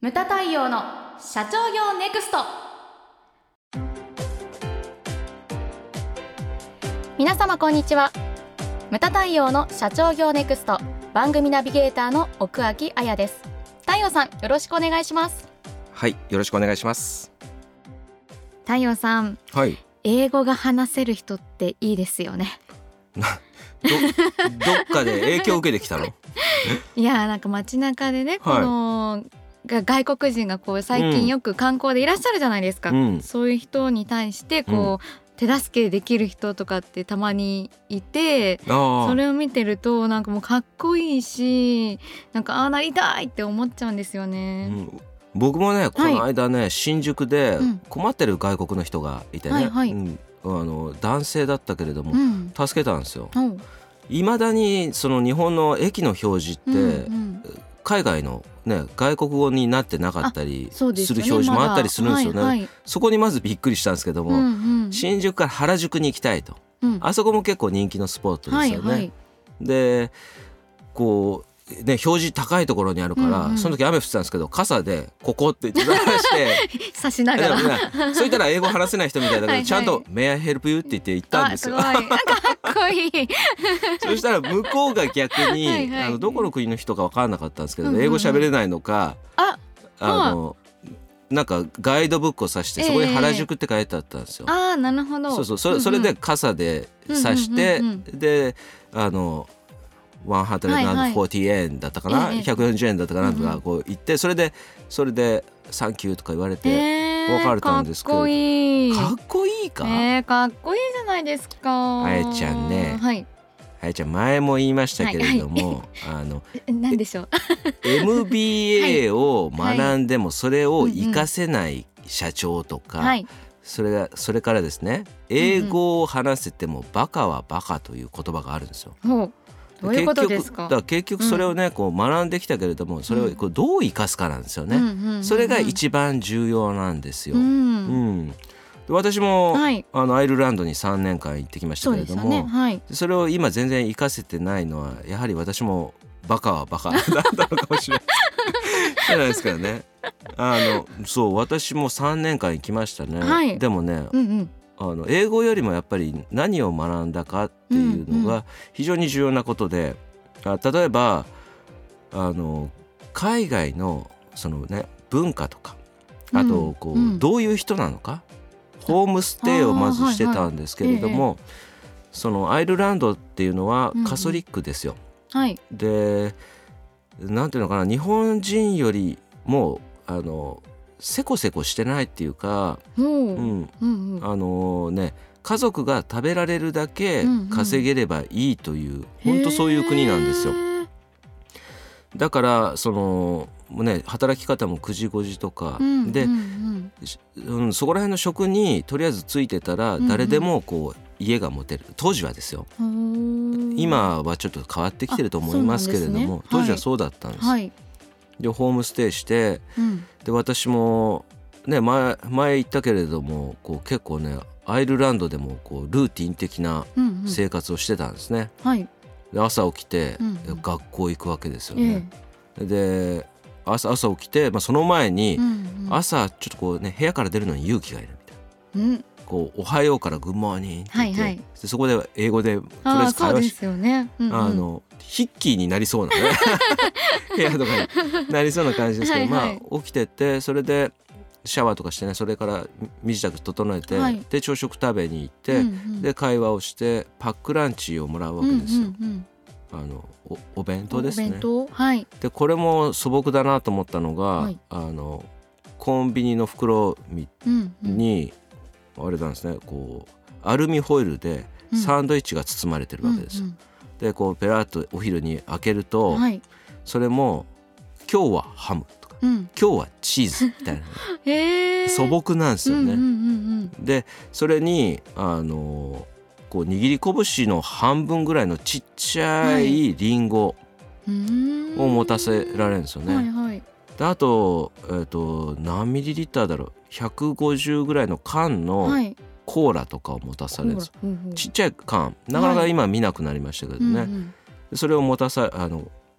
ムタ太陽の社長業ネクスト。皆様こんにちは。ムタ太陽の社長業ネクスト番組ナビゲーターの奥脇彩です。太陽さん、よろしくお願いします。 はい、よろしくお願いします。 太陽さん、 はい、 英語が話せる人っていいですよね。 どっかで影響を受けてきたの？ いや、なんか街中でね、この、外国人がこう最近よく観光でいらっしゃるじゃないですか、そういう人に対してこう、手助けできる人とかってたまにいて、それを見てるとなんかもうかっこいいし、なんかああなりたいって思っちゃうんですよね、 僕もね、この間ね、新宿で困ってる外国の人がいてね、男性だったけれども、助けたんですよ。未だにその日本の駅の表示って、海外の、外国語になってなかったりする表示もあったりするんですよね。そこにまずびっくりしたんですけども、新宿から原宿に行きたいと、あそこも結構人気のスポットですよね。でこう表示高いところにあるから、その時雨降ってたんですけど、傘でここって言って出して差しながらそう言ったら英語話せない人みたいだけどちゃんと「May I help you?」って言って言ったんですよ。 かっこいいそしたら向こうが逆にどこの国の人か分からなかったんですけど、英語喋れないのか、なんかガイドブックを指して、そこに原宿って書いてあったんですよ。 なるほど。 それで傘で指して、で140円だったかな、140円だったかなとかこう言って、それでサンキューとか言われて別れたんですけど、かっこいいかっこいいじゃないですか。 あやちゃんね、あやちゃん前も言いましたけれども、 何でしょう MBA を学んでもそれを活かせない社長とか、それからですね、英語を話せてもバカはバカという言葉があるんですよ。 どういうことですか？ 結局それをね、こう学んできたけれども、それをこうどう生かすかなんですよね。それが一番重要なんですよ。私も、アイルランドに3年間行ってきましたけれども、それを今全然活かせてないのは、やはり私もバカはバカだったのかもしれないじゃないですかね。そう私も3年間行きましたね。でもね、英語よりもやっぱり何を学んだかっていうのが非常に重要なことで、例えば海外のその、文化とか、あとこう、どういう人なのか、ホームステイをまずしてたんですけれども、そのアイルランドっていうのはカソリックですよ。でなんていうのかな、日本人よりもせこせこしてないっていうか、家族が食べられるだけ稼げればいいという、本当そういう国なんですよ。だからその働き方も9時5時とかで、そこら辺の職にとりあえずついてたら誰でもこう家が持てる。当時はですよ。今はちょっと変わってきてると思いますけれども、当時はそうだったんです。でホームステイして、で私もね、前言ったけれども、こう結構ね、アイルランドでもこうルーティン的な生活をしてたんですね。で朝起きて、学校行くわけですよね。で朝起きて、その前に、朝ちょっとこうね、部屋から出るのに勇気がいるみたいな、こうおはようからグッモーニングって言って、でそこで英語でとりあえず会話して、ヒッキーになりそうなね部屋とかになりそうな感じですけど、起きてって、それでシャワーとかしてね、それから身支度整えて、で朝食食べに行って、で会話をしてパックランチをもらうわけですよ。お弁当ですね。でこれも素朴だなと思ったのが、コンビニの袋に、あれなんですね、こうアルミホイルでサンドイッチが包まれてるわけですよ。でこうペラッとお昼に開けると、それも今日はハムとか、今日はチーズみたいな、素朴なんですよね。でそれにこう握り拳の半分ぐらいのちっちゃいリンゴを持たせられるんですよね。であと、何ミリリッターだろう、150ぐらいの缶のコーラとかを持たされるんですよ。ちっちゃい缶、なかなか今見なくなりましたけどね。それを持たさ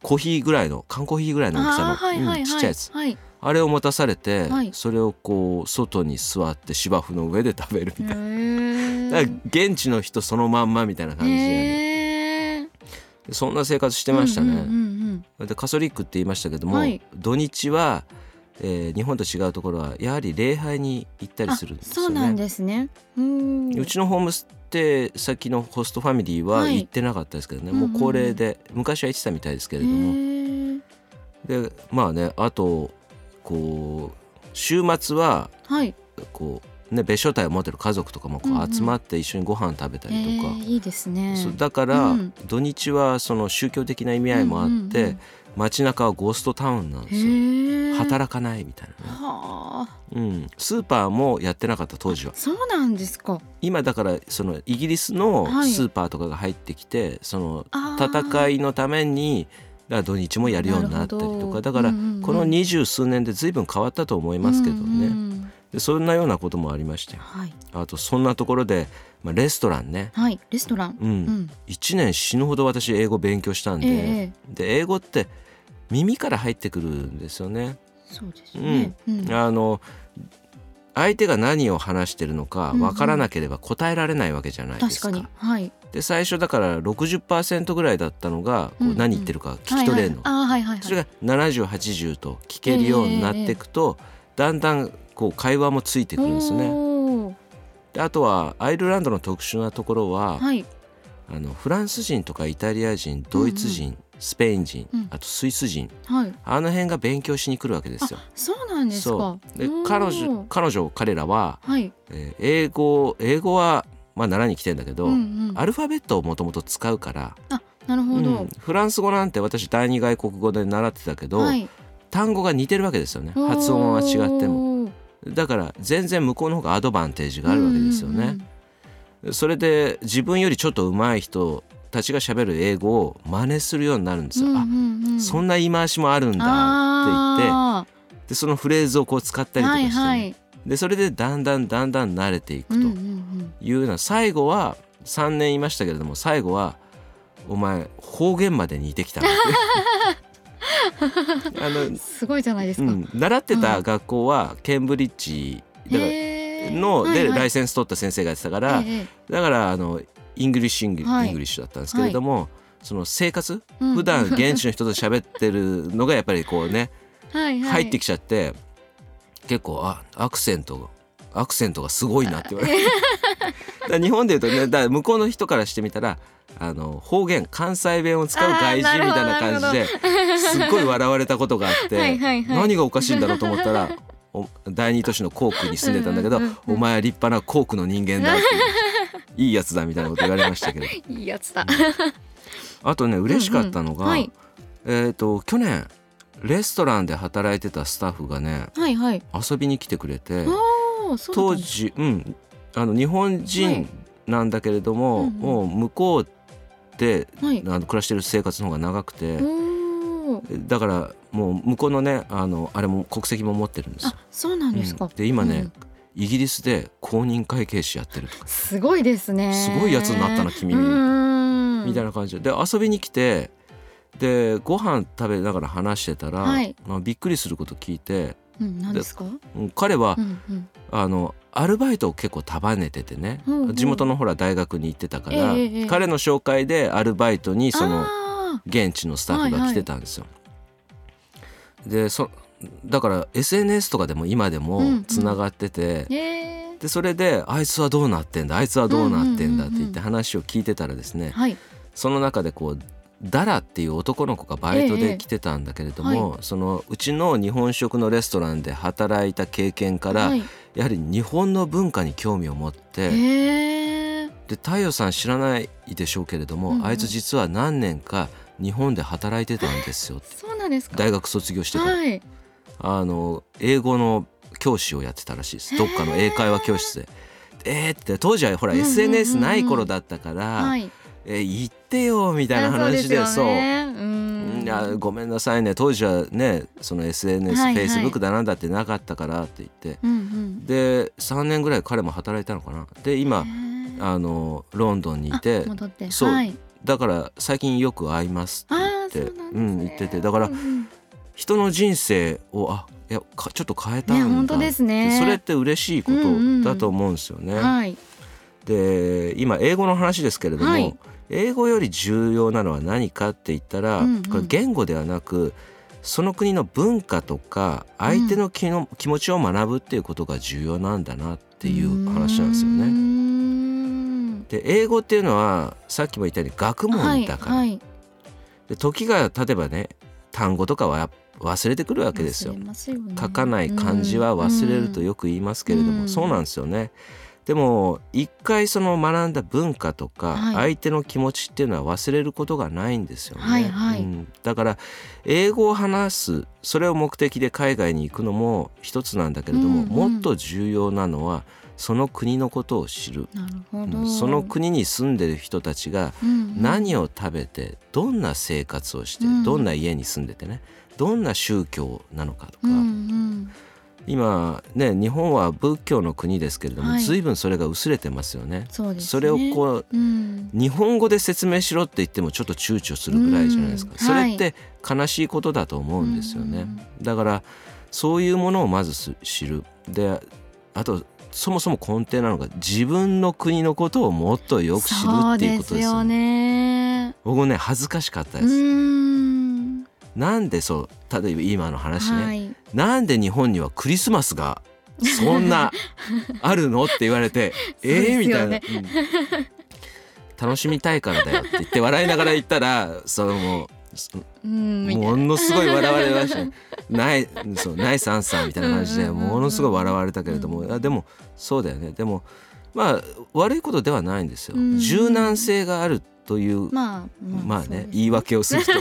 コーヒーぐらいの缶コーヒーぐらいの大きさの、ちっちゃいやつ、あれを持たされて、それをこう外に座って芝生の上で食べるみたいな、だから現地の人そのまんまみたいな感じで、そんな生活してましたね。でカソリックって言いましたけども、土日は、日本と違うところはやはり礼拝に行ったりするんですよね。 そうなんですね。 うちのホームステイ先のホストファミリーは行ってなかったですけどね、もう高齢で昔は行ってたみたいですけれども、でまあね、あとこう週末はこう、ね、別所帯を持ってる家族とかもこう集まって一緒にご飯食べたりとか、 いいですね。 だから、土日はその宗教的な意味合いもあって、街中はゴーストタウンなんですよ。働かないみたいなね。スーパーもやってなかった当時は。 そうなんですか。 今だからそのイギリスのスーパーとかが入ってきて、その戦いのためにだから土日もやるようになったりとか、だからこの20数年で随分変わったと思いますけどね。でそんなようなこともありまして、あとそんなところで、レストランね、 レストラン、 1年死ぬほど私英語勉強したんで、で英語って耳から入ってくるんですよね。 そうですね。 相手が何を話してるのか分からなければ答えられないわけじゃないですか。 確かに。 で最初だから 60% ぐらいだったのがこう何言ってるか聞き取れるの。それが70、80と聞けるようになっていくと、だんだんこう会話もついてくるんですね。であとはアイルランドの特殊なところは、フランス人とかイタリア人、ドイツ人、スペイン人、あとスイス人、あの辺が勉強しに来るわけですよ。 そうなんですか。 で彼らは、英語は習いに来てんだけど、アルファベットをもともと使うから。 なるほど。 フランス語なんて私第二外国語で習ってたけど、単語が似てるわけですよね。発音は違っても。だから全然向こうの方がアドバンテージがあるわけですよね。それで自分よりちょっと上手い人たちが喋る英語を真似するようになるんですよ。そんな言い回しもあるんだって言って、でそのフレーズをこう使ったりとかして、でそれでだんだん慣れていくというような、最後は3年いましたけれども、最後はお前方言まで似てきたなってすごいじゃないですか。 習ってた学校はケンブリッジのでライセンス取った先生がやってたから、だからイングリッシュだったんですけれども、その生活、普段現地の人と喋ってるのがやっぱりこうね入ってきちゃって、結構アクセントがすごいなって言われてだ日本でいうとね、だ向こうの人からしてみたら方言関西弁を使う外人みたいな感じですっごい笑われたことがあって何がおかしいんだろうと思ったら、第二都市のコークに住んでたんだけど、お前は立派なコークの人間だっていいやつだみたいなこと言われましたけどいいやつだ。 あとね嬉しかったのが、去年レストランで働いてたスタッフがね、遊びに来てくれて、当時、日本人なんだけれども、もう向こうで、暮らしてる生活の方が長くて、だからもう向こうのねあれも国籍も持ってるんですよ。 そうなんですか。 で今ね、イギリスで公認会計士やってるとか、 すごいですね。 すごいやつになったな君みたいな感じで遊びに来て、でご飯食べながら話してたら、びっくりすること聞いて、 何ですか？ 彼は、アルバイトを結構束ねててね、地元のほら大学に行ってたから、彼の紹介でアルバイトにその現地のスタッフが来てたんですよ。でだから SNS とかでも今でもつながってて、でそれであいつはどうなってんだって言って話を聞いてたらですね、その中でこうダラっていう男の子がバイトで来てたんだけれども、そのうちの日本食のレストランで働いた経験から、やはり日本の文化に興味を持って、で太陽さん知らないでしょうけれども、あいつ実は何年か日本で働いてたんですよ。 そうなんですか。 大学卒業してから、英語の教師をやってたらしいです。どっかの英会話教室で。って当時はほら SNS ない頃だったから、言ってよみたいな話で、いやごめんなさいね、当時はねその SNS、Facebook だなんだってなかったからって言って、で3年ぐらい彼も働いたのかな。で今ロンドンにいて、そうだから最近よく会いますってって言ってて、だから人の人生をちょっと変えたんだ、 本当ですね。 それって嬉しいことだと思うんですよね。 はい、 で今英語の話ですけれども、はい、英語より重要なのは何かって言ったら、これ言語ではなくその国の文化とか相手の気持ちを学ぶっていうことが重要なんだなっていう話なんですよね。で英語っていうのはさっきも言ったように学問だから、で時が経てばね単語とかは忘れてくるわけですよ。書かない漢字は忘れるとよく言いますけれども、そうなんですよね。でも一回その学んだ文化とか相手の気持ちっていうのは忘れることがないんですよね。だから英語を話す、それを目的で海外に行くのも一つなんだけれども、もっと重要なのはその国のことを知る。その国に住んでる人たちが何を食べてどんな生活をして、どんな家に住んでてね、どんな宗教なのかとか、今ね日本は仏教の国ですけれども、随分それが薄れてますよね。それをこう、日本語で説明しろって言ってもちょっと躊躇するぐらいじゃないですか。それって悲しいことだと思うんですよね。だからそういうものをまず知る。であとそもそも根底なのが自分の国のことをもっとよく知るっていうことですよね。僕ね恥ずかしかったです。なんで例えば今の話ね、なんで日本にはクリスマスがそんなあるのって言われてみたいな、楽しみたいからだよって言って笑いながら言ったらものすごい笑われましたね。ナイスアンサーみたいな感じでものすごい笑われたけれども、でもそうだよね。でも悪いことではないんですよ。柔軟性があるという言い訳をすると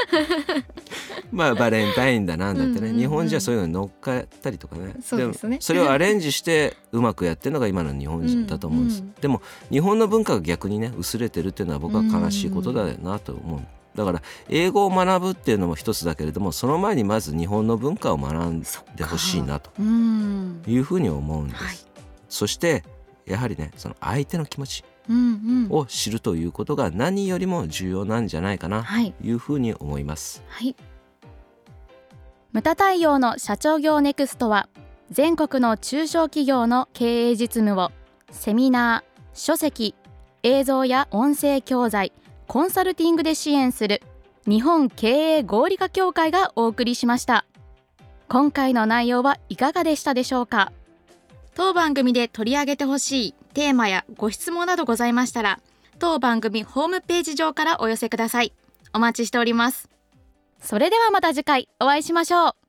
バレンタインだなんだってね、日本人はそういうのに乗っかったりとかね、でもそれをアレンジしてうまくやってるのが今の日本人だと思うんです。でも日本の文化が逆にね薄れてるっていうのは僕は悲しいことだよなと思う。だから英語を学ぶっていうのも一つだけれども、その前にまず日本の文化を学んでほしいなというふうに思うんです。そしてやはりねその相手の気持ちを知るということが何よりも重要なんじゃないかなというふうに思います。 ムタ太陽の社長業ネクストは全国の中小企業の経営実務をセミナー、書籍、映像や音声教材、コンサルティングで支援する日本経営合理化協会がお送りしました。今回の内容はいかがでしたでしょうか。 当番組で取り上げてほしいテーマやご質問などございましたら、当番組ホームページ上からお寄せください。お待ちしております。 それではまた次回お会いしましょう。